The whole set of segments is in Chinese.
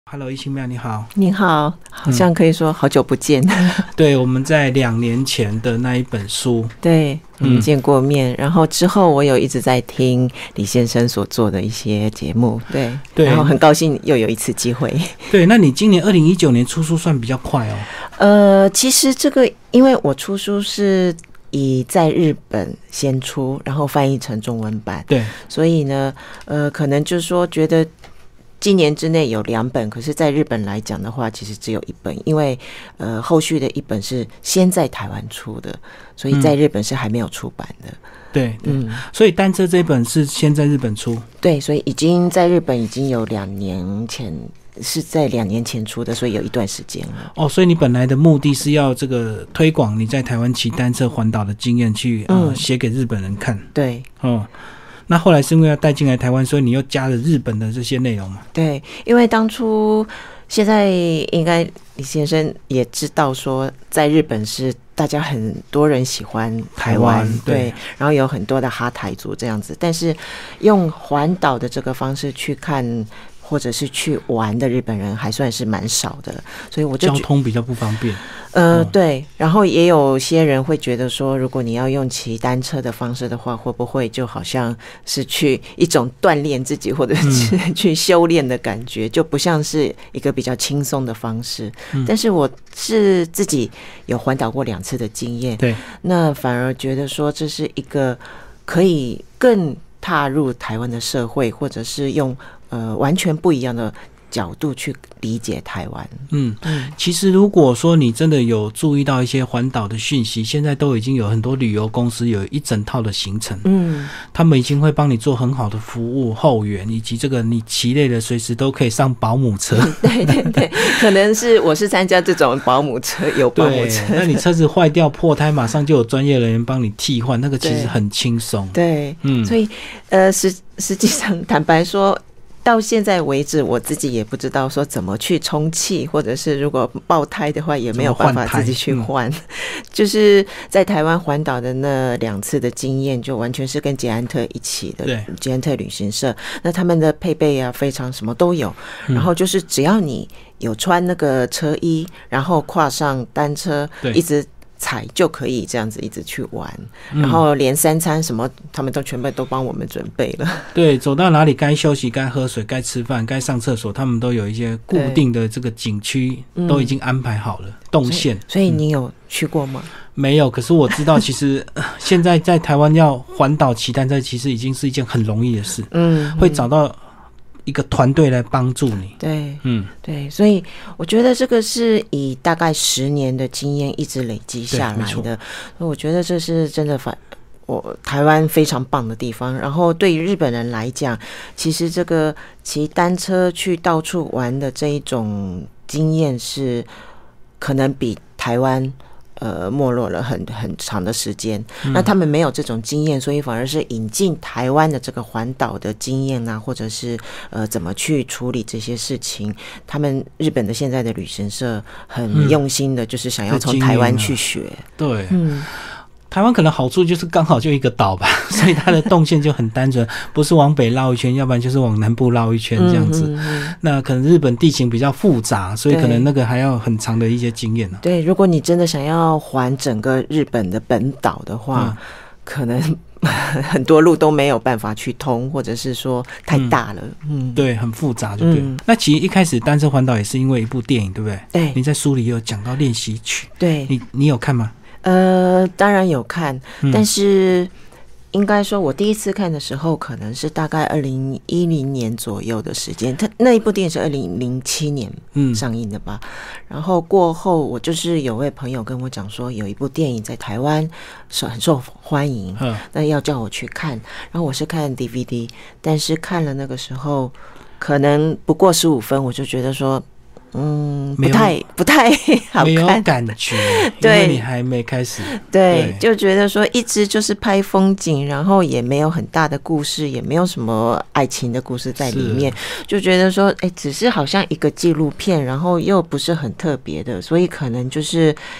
Hello， 易清妙，你好。 您好，好像可以说好久不见。 对，我们在2年前的那一本书， 对，我们见过面，然后之后我有一直在听李先生所做的一些节目，对，然后很高兴又有一次机会。 对，那你今年2019年出书算比较快哦。 其实这个因为我出书是以在日本先出，然后翻译成中文版， 对， 所以呢，可能就是说觉得今年之内有2本，可是在日本来讲的话其实只有1本，因为后续的1本是先在台湾出的，所以在日本是还没有出版的。 对，所以单车这一本是先在日本出。 对，所以已经在日本已经有2年前，是在2年前出的，所以有一段时间了。 哦，所以你本来的目的是要这个推广你在台湾骑单车环岛的经验去写给日本人看。 对， 那后来是因为要带进来台湾，所以你又加了日本的这些内容嘛？ 对，因为当初现在应该李先生也知道说，在日本是大家很多人喜欢台湾，对，然后有很多的哈台族这样子，但是用环岛的这个方式去看或者是去玩的日本人还算是蛮少的，所以我就交通比较不方便。 对，然后也有些人会觉得说，如果你要用骑单车的方式的话，会不会就好像是去一种锻炼自己或者是去修炼的感觉，就不像是一个比较轻松的方式。但是我是自己有环岛过2次的经验，对，那反而觉得说这是一个可以更踏入台湾的社会，或者是用完全不一样的角度去理解台湾。 其实如果说你真的有注意到一些环岛的讯息，现在都已经有很多旅游公司有一整套的行程，他们已经会帮你做很好的服务后援，以及这个你骑累了随时都可以上保姆车。 对对对，可能是我是参加这种保姆车，有保姆车， 那你车子坏掉破胎，马上就有专业人员帮你替换，那个其实很轻松。 对，所以实际上坦白说，到现在为止我自己也不知道说怎么去充气，或者是如果爆胎的话也没有办法自己去换。就是在台湾环岛的那2次的经验，就完全是跟捷安特一起的，捷安特旅行社，那他们的配备啊非常什么都有，然后就是只要你有穿那个车衣，然后跨上单车一直踩就可以这样子一直去玩，然后连3餐什么他们都全部都帮我们准备了。 对，走到哪里该休息该喝水该吃饭该上厕所，他们都有一些固定的这个景区都已经安排好了动线。 所以你有去过吗？ 没有，可是我知道其实现在在台湾要环岛骑单车其实已经是一件很容易的事，会找到一个团队来帮助你。 对，对，所以我觉得这个是以大概10年的经验一直累积下来的，我觉得这是真的台湾非常棒的地方。然后对于日本人来讲，其实这个骑单车去到处玩的这一种经验是可能比台湾没落了很长的时间，那他们没有这种经验，所以反而是引进台湾的这个环岛的经验啊，或者是怎么去处理这些事情，他们日本的现在的旅行社很用心的，就是想要从台湾去学。 对，台湾可能好处就是刚好就一个岛吧，所以它的动线就很单纯，不是往北绕一圈，要不然就是往南部绕一圈这样子。那可能日本地形比较复杂，所以可能那个还要很长的一些经验。 对，如果你真的想要环整个日本的本岛的话，可能很多路都没有办法去通，或者是说太大了。 对，很复杂就对。那其实一开始单车环岛也是因为一部电影，对不对？ 对， 你在书里有讲到练习曲。 对， 你有看吗？ 当然有看，但是应该说我第一次看的时候可能是大概2010年左右的时间，那一部电影是2007年上映的吧。然后过后我就是有位朋友跟我讲说有一部电影在台湾很受欢迎，那要叫我去看，然后我是看 DVD， 但是看了那个时候可能不过15分，我就觉得说不太好看， 没有感觉，因为你还没开始。 对，就觉得说一直就是拍风景，然后也没有很大的故事，也没有什么爱情的故事在里面，就觉得说只是好像一个纪录片，然后又不是很特别的，所以可能就是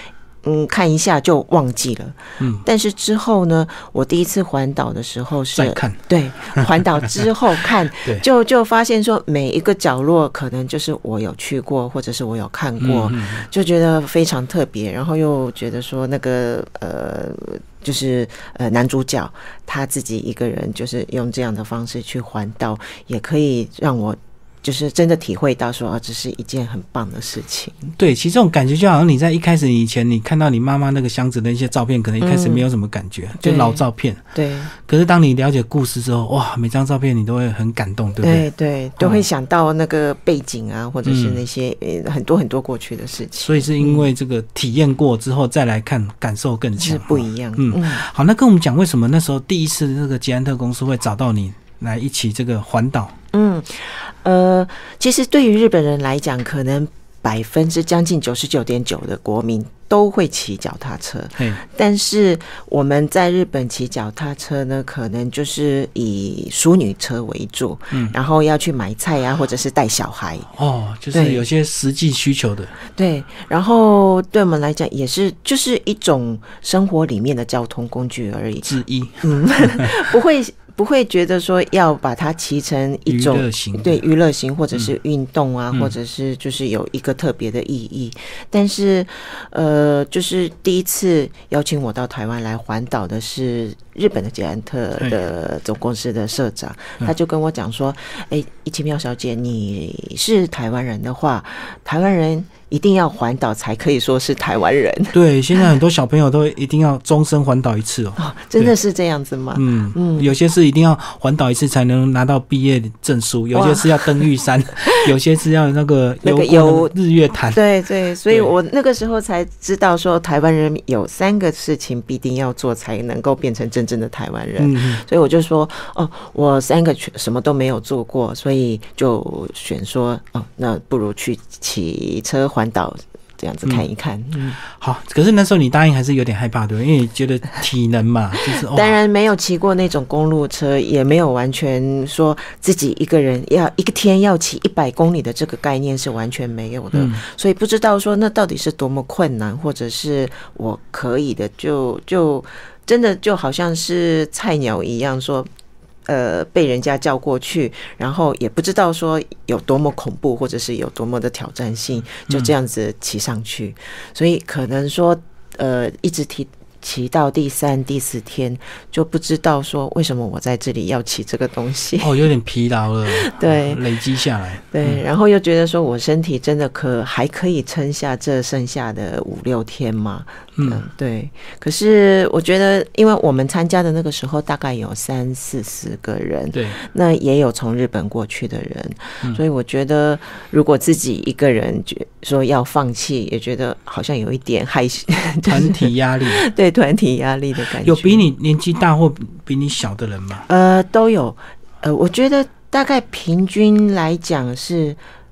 看一下就忘记了。但是之后呢，我第一次环岛的时候是再看， 对，环岛之后看，就发现说每一个角落可能就是我有去过，或者是我有看过，就觉得非常特别，然后又觉得说那个就是男主角他自己一个人就是用这样的方式去环岛，也可以让我就是真的体会到说这是一件很棒的事情。 对，其实这种感觉就好像你在一开始以前你看到你妈妈那个箱子的一些照片，可能一开始没有什么感觉，就老照片。对。可是当你了解故事之后，哇，每张照片你都会很感动，对不对？对， 都会想到那个背景啊，或者是那些很多很多过去的事情。 所以是因为这个体验过之后再来看，感受更强， 是不一样。 好，那跟我们讲为什么那时候第一次这个捷安特公司会找到你来一起这个环岛？ 其实对于日本人来讲，可能将近 99.9% 的国民都会骑脚踏车，但是我们在日本骑脚踏车呢，可能就是以淑女车为主，然后要去买菜啊，或者是带小孩， 就是有些实际需求的。 对，然后对我们来讲也是就是一种生活里面的交通工具而已之一。 不会觉得说要把它骑成一种娱乐型或者是运动啊，或者是就是有一个特别的意义。但是就是第一次邀请我到台湾来环岛的是日本的捷安特的总公司的社长，他就跟我讲说，一奇妙小姐，你是台湾人的话，台湾人一定要环岛才可以说是台湾人。 对，现在很多小朋友都一定要终身环岛一次真的是这样子吗？ 有些是一定要环岛一次才能拿到毕业证书，有些是要登玉山，有些是要那个游日月潭。 对，所以我那个时候才知道说，台湾人有3个事情必定要做才能够变成真正的台湾人。所以我就说，我3个什么都没有做过，所以就选说，那不如去骑车环岛这样子看一看。 好，可是那时候你答应还是有点害怕，对不对？因为你觉得体能嘛，就是当然没有骑过那种公路车，也没有完全说自己一个人要一个天要骑100公里的这个概念是完全没有的，所以不知道说那到底是多么困难，或者是我可以的，就真的就好像是菜鸟一样说。被人家叫过去，然后也不知道说有多么恐怖，或者是有多么的挑战性，就这样子骑上去。所以可能说，一直骑到第3、第4天，就不知道说为什么我在这里要骑这个东西。 有点疲劳了，对，累积下来。 对，然后又觉得说我身体真的还可以撑下这剩下的5、6天嘛。对。可是我觉得，因为我们参加的那个时候大概有30、40个人，对，那也有从日本过去的人，所以我觉得如果自己一个人说要放弃，也觉得好像有一点害羞， 团体压力。 对，团体压力的感觉。 有比你年纪大或比你小的人吗？ 都有。我觉得大概平均来讲是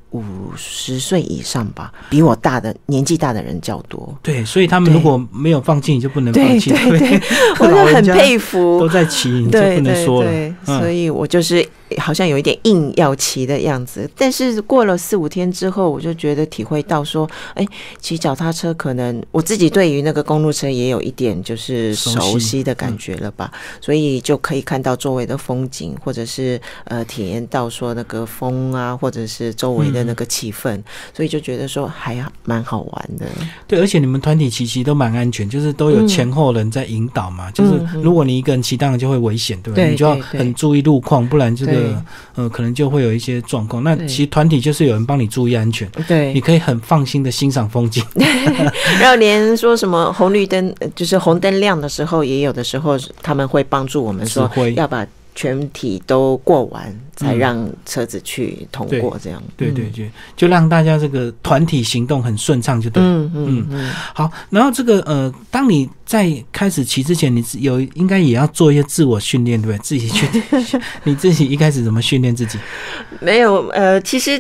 50岁以上吧，比我年纪大的人较多。 对，所以他们如果没有放弃，你就不能放弃。 对，我就很佩服， 都在骑，你就不能说了。 对，所以我就是好像有一点硬要骑的样子。但是过了4、5天之后，我就觉得体会到说，骑脚踏车可能我自己对于那个公路车也有一点就是熟悉的感觉了吧，所以就可以看到周围的风景，或者是体验到说那个风啊，或者是周围的那个气氛，所以就觉得说还蛮好玩的。 对，而且你们团体骑都蛮安全，就是都有前后人在引导嘛，就是如果你一个人骑当然就会危险，对不对？你就要很注意路况，不然这个可能就会有一些状况。那其实团体就是有人帮你注意安全，对，你可以很放心的欣赏风景。 然后连说什么红绿灯，就是红灯亮的时候，也有的时候他们会帮助我们说要把全体都过完才让车子去通过，这样。 对，就让大家这个团体行动很顺畅，就对。好，然后这个当你在开始骑之前，你应该也要做一些自我训练，对不对？自己去，你自己一开始怎么训练自己？ 没有，其实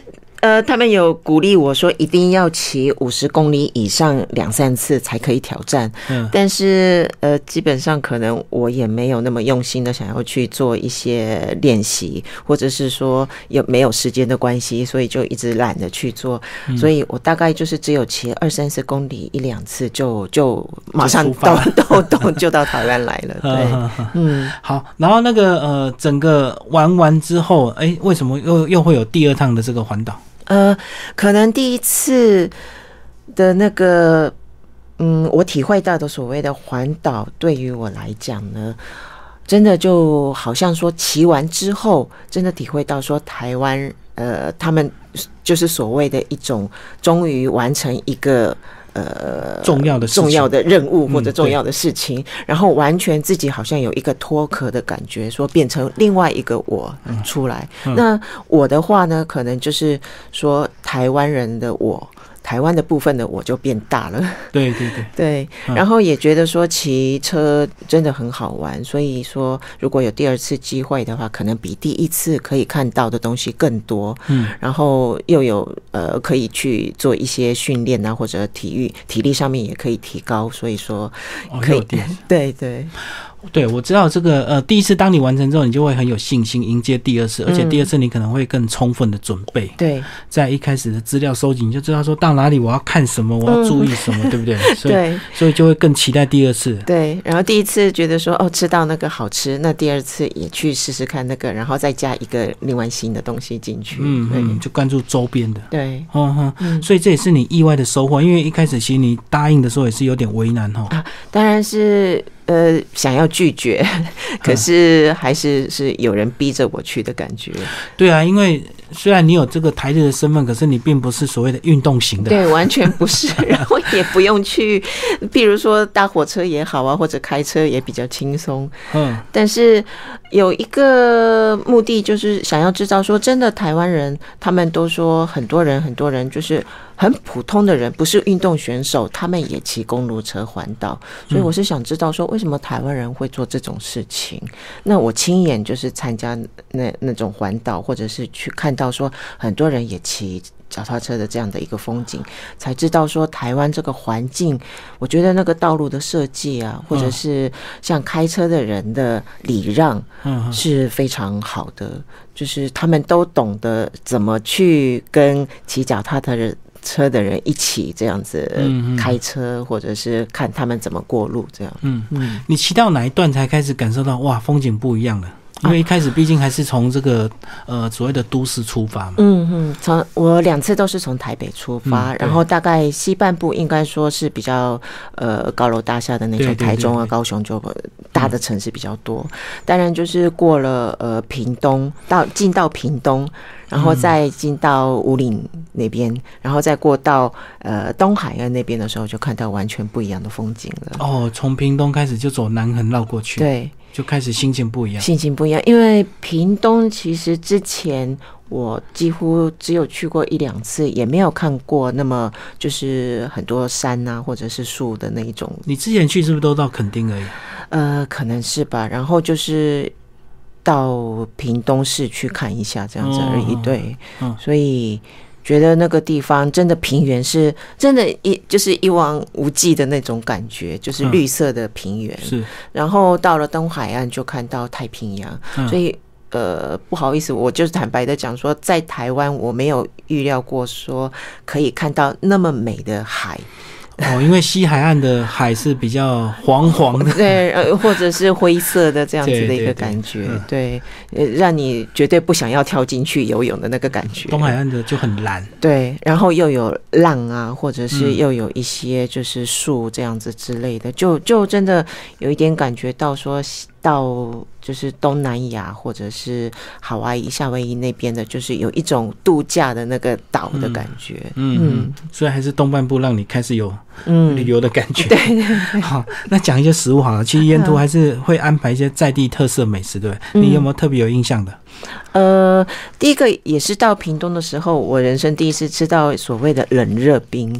他们有鼓励我说一定要骑50公里以上2-3次才可以挑战。但是基本上可能我也没有那么用心的想要去做一些练习，或者是说没有时间的关系，所以就一直懒得去做。所以我大概就是只有骑20-30公里1-2次就马上就到台湾来了。对， 好，然后那个整个玩完之后，为什么又会有第2趟的这个环岛？ 可能第一次的那个，我体会到的所谓的环岛，对于我来讲呢，真的就好像说骑完之后，真的体会到说台湾，他们就是所谓的一种终于完成一个。重要的任务或者重要的事情，然后完全自己好像有一个脱壳的感觉，说变成另外一个我出来。那我的话呢，可能就是说台湾人的我。台湾的部分的我就变大了，对，然后也觉得说骑车真的很好玩，所以说如果有第2次机会的话，可能比第1次可以看到的东西更多，然后又有可以去做一些训练啊，或者体力上面也可以提高，所以说可以，对，我知道这个第1次当你完成之后，你就会很有信心迎接第2次，而且第2次你可能会更充分的准备。对，在一开始的资料收集，你就知道说到哪里我要看什么，我要注意什么，对不对？所以就会更期待第2次。对， 然后第1次觉得说吃到那个好吃，那第2次也去试试看那个，然后再加一个另外新的东西进去。 就关注周边的。 对， 所以这也是你意外的收获，因为一开始其实你答应的时候也是有点为难当然是。想要拒绝，可是还是有人逼着我去的感觉。 对啊，因为虽然你有这个台日的身份，可是你并不是所谓的运动型的。 对，完全不是。然后也不用去，譬如说搭火车也好啊，或者开车也比较轻松。但是有一个目的，就是想要知道说，真的台湾人，他们都说很多人就是很普通的人，不是运动选手，他们也骑公路车环岛。所以我是想知道说，为什么台湾人会做这种事情？那我亲眼就是参加那种环岛，或者是去看到说很多人也骑脚踏车的这样的一个风景，才知道说台湾这个环境，我觉得那个道路的设计啊，或者是像开车的人的礼让是非常好的，就是他们都懂得怎么去跟骑脚踏车的人一起这样子开车，或者是看他们怎么过路这样。 你骑到哪一段才开始感受到哇风景不一样了？因为一开始毕竟还是从这个所谓的都市出发嘛。 我2次都是从台北出发，然后大概西半部应该说是比较高楼大厦的那种，台中啊、高雄就大的城市比较多。当然就是过了屏东，进到屏东，然后再进到武岭那边，然后再过到东海岸那边的时候，就看到完全不一样的风景了。 从屏东开始就走南横绕过去。对。就开始心情不一样， 因为屏东其实之前我几乎只有去过1-2次，也没有看过那么就是很多山啊或者是树的那一种。 你之前去是不是都到垦丁而已？ 可能是吧，然后就是到屏东市去看一下这样子而已。对，所以觉得那个地方真的平原是真的就是一望无际的那种感觉，就是绿色的平原。是，然后到了东海岸就看到太平洋，所以不好意思，我就是坦白的讲说，在台湾我没有预料过说可以看到那么美的海。 因为西海岸的海是比较黄黄的， 对，或者是灰色的这样子的一个感觉，对，让你绝对不想要跳进去游泳的那个感觉。 东海岸的就很蓝， 对，然后又有浪啊，或者是又有一些就是树这样子之类的，就真的有一点感觉到说到就是东南亚或者是夏威夷那边的，就是有一种度假的那个岛的感觉。 所以还是东半部让你开始有旅游的感觉。对，好，那讲一些食物好了。其实沿途还是会安排一些在地特色美食，对不对？你有没有特别有印象的？ 第一个也是到屏东的时候，我人生第一次吃到所谓的冷热冰。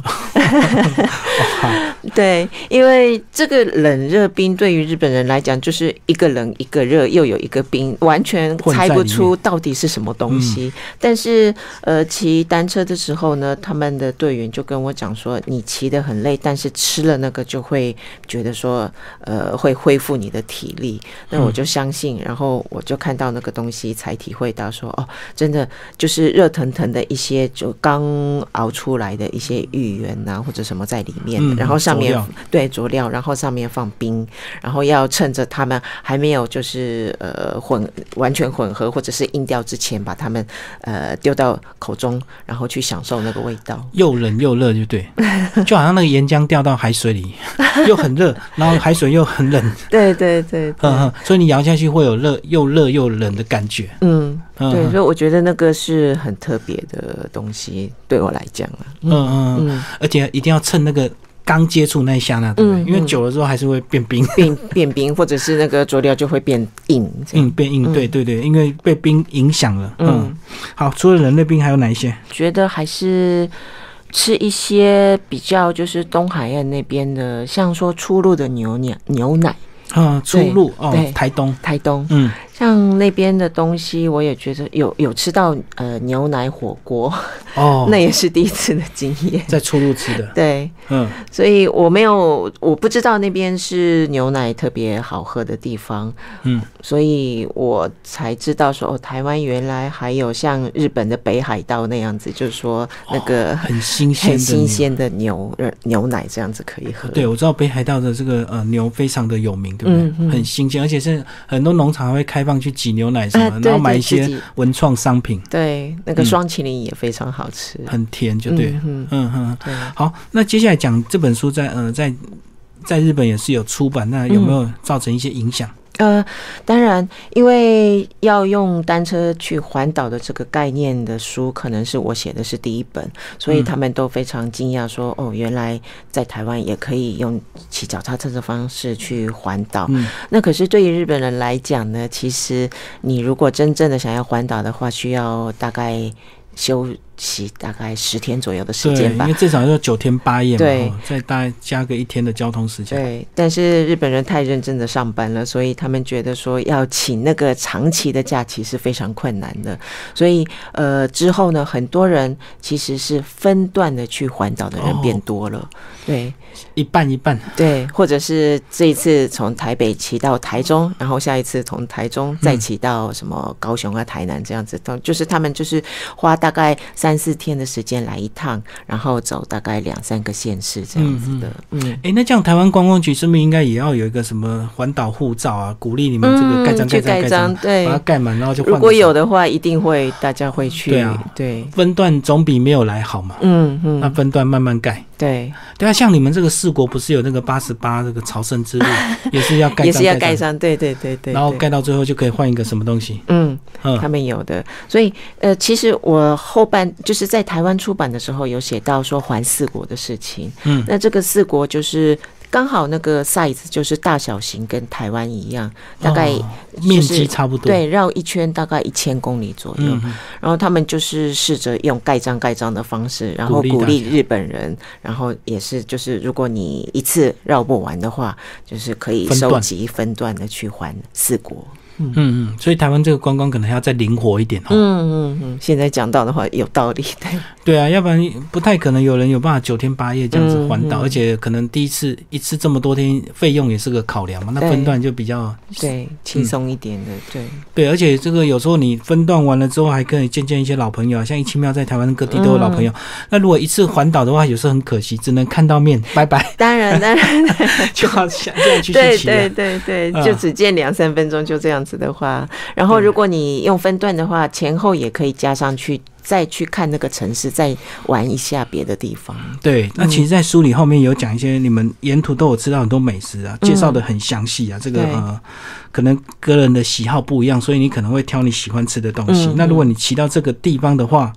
对，因为这个冷热冰对于日本人来讲，就是一个冷一个热，又有一个冰，完全猜不出到底是什么东西。但是骑单车的时候呢，他们的队员就跟我讲说，你骑得很累，但是吃了那个就会觉得说会恢复你的体力。那我就相信，然后我就看到那个东西，才体会到说，哦，真的就是热腾腾的一些就刚熬出来的一些芋圆啊，或者什么在里面的，然后上面对佐料，然后上面放冰，然后要趁着他们还没有就是完全混合或者是硬掉之前，把它们丢到口中，然后去享受那个味道， 又冷又热，就对，就好像那个岩浆掉到海水里，又很热，然后海水又很冷， 对对对， 所以你摇下去会有又热又冷的感觉。 对，所以我觉得那个是很特别的东西，对我来讲而且一定要趁那个刚接触那一下对不对？因为久了之后还是会变冰， 变冰，或者是那个佐料就会变硬， 变硬，对对对，因为被冰影响了。好，除了人类冰还有哪一些？ 觉得还是吃一些比较就是东海岸那边的，像说初鹿的牛奶。 初鹿台东， 像那边的东西，我也觉得有吃到牛奶火锅那也是第一次的经验， 在初鹿吃的， 对，所以我不知道那边是牛奶特别好喝的地方，所以我才知道说台湾原来还有像日本的北海道那样子，就是说那个很新鲜的牛奶这样子可以喝。 对，我知道北海道的这个牛非常的有名，对不对？很新鲜，而且是很多农场会开放去挤牛奶什么，然后买一些文创商品。 对，那个双麒麟也非常好吃， 很甜，就对。好，那接下来讲这本书在日本也是有出版，那有没有造成一些影响？ 当然，因为要用单车去环岛的这个概念的书，可能是我写的是第一本，所以他们都非常惊讶说，原来在台湾也可以用骑脚踏车的方式去环岛。那可是对于日本人来讲呢，其实你如果真正的想要环岛的话，需要大概休息大概10天左右的时间吧， 因为至少要9天8夜嘛， 对， 再大概加个1天的交通时间。 对，但是日本人太认真的上班了，所以他们觉得说要请那个长期的假期是非常困难的，所以之后呢，很多人其实是分段的去环岛的人变多了，对， 一半一半， 对，或者是这一次从台北骑到台中，然后下一次从台中再骑到什么高雄啊、台南这样子，就是他们就是花大概3-4天的时间来一趟，然后走大概2-3个县市这样子的。 那这样台湾观光局是不是应该也要有一个什么环岛护照啊，鼓励你们这个盖章， 对， 把它盖满，然后就换。 如果有的话，一定会大家会去。对啊，对， 分段总比没有来好嘛。那分段慢慢盖。 对啊，像你们这个4国不是有那个88这个朝圣之路，也是要盖章， 也是要盖章，对， 然后盖到最后就可以换一个什么东西。 他们有的，所以其实我后半就是在台湾出版的时候有写到说环4国的事情。那这个4国就是刚好那个 size 就是大小型跟台湾一样，大概面积差不多， 对，绕一圈大概1000公里左右。然后他们就是试着用盖章的方式，然后鼓励日本人，然后也是就是如果你一次绕不完的话，就是可以收集分段的去环4国。 所以台湾这个观光可能还要再灵活一点现在讲到的话有道理， 对啊，要不然不太可能有人有办法9天8夜这样子环岛，而且可能一次这么多天，费用也是个考量嘛。那分段就比较对轻松一点的， 对，而且这个有时候你分段完了之后，还可以见一些老朋友，像1期庙在台湾各地都有老朋友。那如果一次环岛的话，有时候很可惜，只能看到面，拜拜。 当然， 就好像这样去骑了。 对，就只见2-3分钟就这样子的话，然后如果你用分段的话，前后也可以加上去，再去看那个城市，再玩一下别的地方。 对，那其实在书里后面有讲一些你们沿途都有吃到很多美食啊，介绍的很详细啊。这个可能个人的喜好不一样，所以你可能会挑你喜欢吃的东西。那如果你骑到这个地方的话，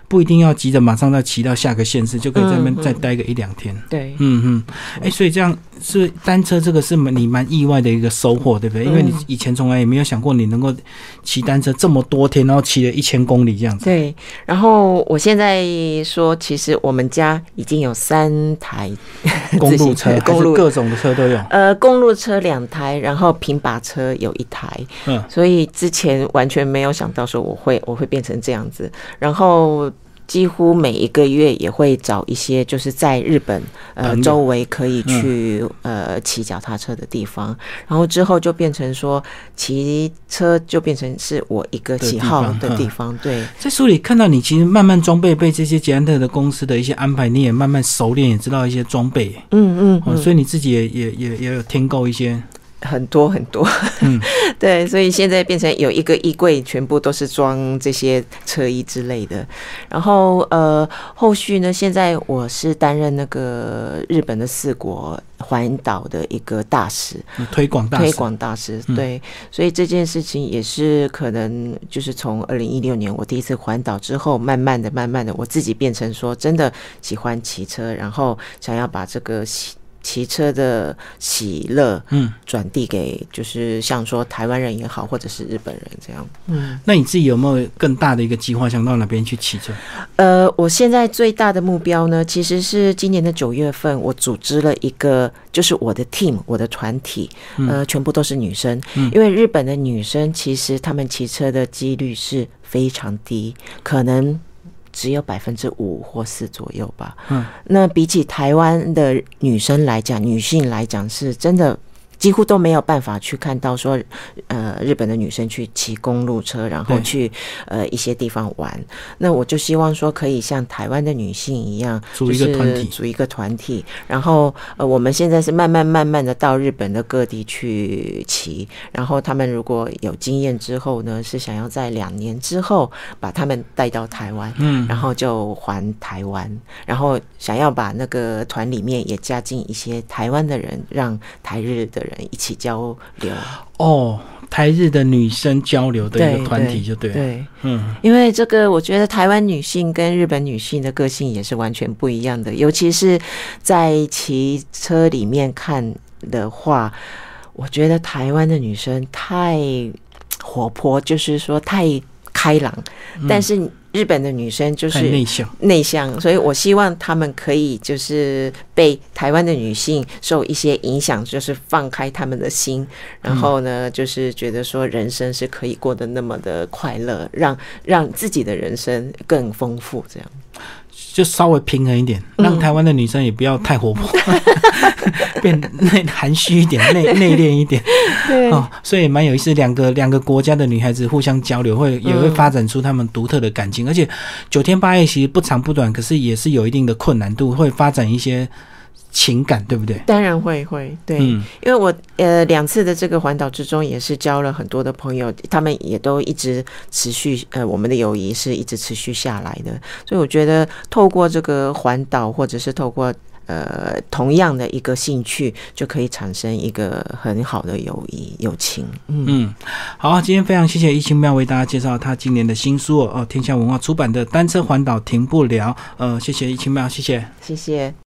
不一定要急着马上再骑到下个县市，就可以在那边再待个1-2天。 对， 所以这样是单车这个是你蛮意外的一个收获，对不对？因为你以前从来也没有想过你能够骑单车这么多天，然后骑了1000公里这样子。 对，然后我现在说，其实我们家已经有3台公路车，还是各种的车都有。 公路车2台，然后平把车有1台。所以之前完全没有想到说我会变成这样子，然后几乎每一个月也会找一些就是在日本周围可以去骑脚踏车的地方，然后之后就变成说骑车就变成是我一个喜好的地方。对， 在书里看到你其实慢慢装备被这些捷安特的公司的一些安排，你也慢慢熟练，也知道一些装备。所以你自己也有添购一些。 很多，对，所以现在变成有一个衣柜，全部都是装这些车衣之类的。然后后续呢，现在我是担任那个日本的4国环岛的一个大使， 推广大使。 对，所以这件事情也是可能就是从2016年我第一次环岛之后，慢慢的，我自己变成说真的喜欢骑车，然后想要把这个骑车的喜乐转递给就是像说台湾人也好，或者是日本人这样。 那你自己有没有更大的一个计划，想到哪边去骑车？ 我现在最大的目标呢，其实是今年的9月份，我组织了一个就是我的 team， 我的团体，全部都是女生。因为日本的女生其实她们骑车的几率是非常低，可能只有5%或4%左右吧。那比起台湾的女性来讲，是真的几乎都没有办法去看到说日本的女生去骑公路车，然后去一些地方玩。那我就希望说可以像台湾的女性一样， 组一个团体，然后我们现在是慢慢的到日本的各地去骑，然后他们如果有经验之后呢，是想要在2年之后把他们带到台湾，然后就环台湾，然后想要把那个团里面也加进一些台湾的人，让台日的人一起交流。 台日的女生交流的一个团体就对了。 对，因为这个我觉得台湾女性跟日本女性的个性也是完全不一样的，尤其是在骑车里面看的话，我觉得台湾的女生太活泼，就是说太开朗，但是日本的女生就是内向，所以我希望她们可以就是被台湾的女性受一些影响，就是放开她们的心，然后呢就是觉得说人生是可以过得那么的快乐，让自己的人生更丰富，这样就稍微平衡一点，让台湾的女生也不要太活泼，变含蓄一点，内敛一点。对，所以也蛮有意思，两个国家的女孩子互相交流，也会发展出她们独特的感情。而且9天8夜其实不长不短，可是也是有一定的困难度，会发展一些情感，对不对？ 当然会，对，因为我2次的这个环岛之中也是交了很多的朋友，他们也都一直持续我们的友谊是一直持续下来的，所以我觉得透过这个环岛，或者是透过同样的一个兴趣，就可以产生一个很好的友情。 好，今天非常谢谢易清妙为大家介绍他今年的新书天下文化出版的《单车环岛停不了》。谢谢易清妙，谢谢。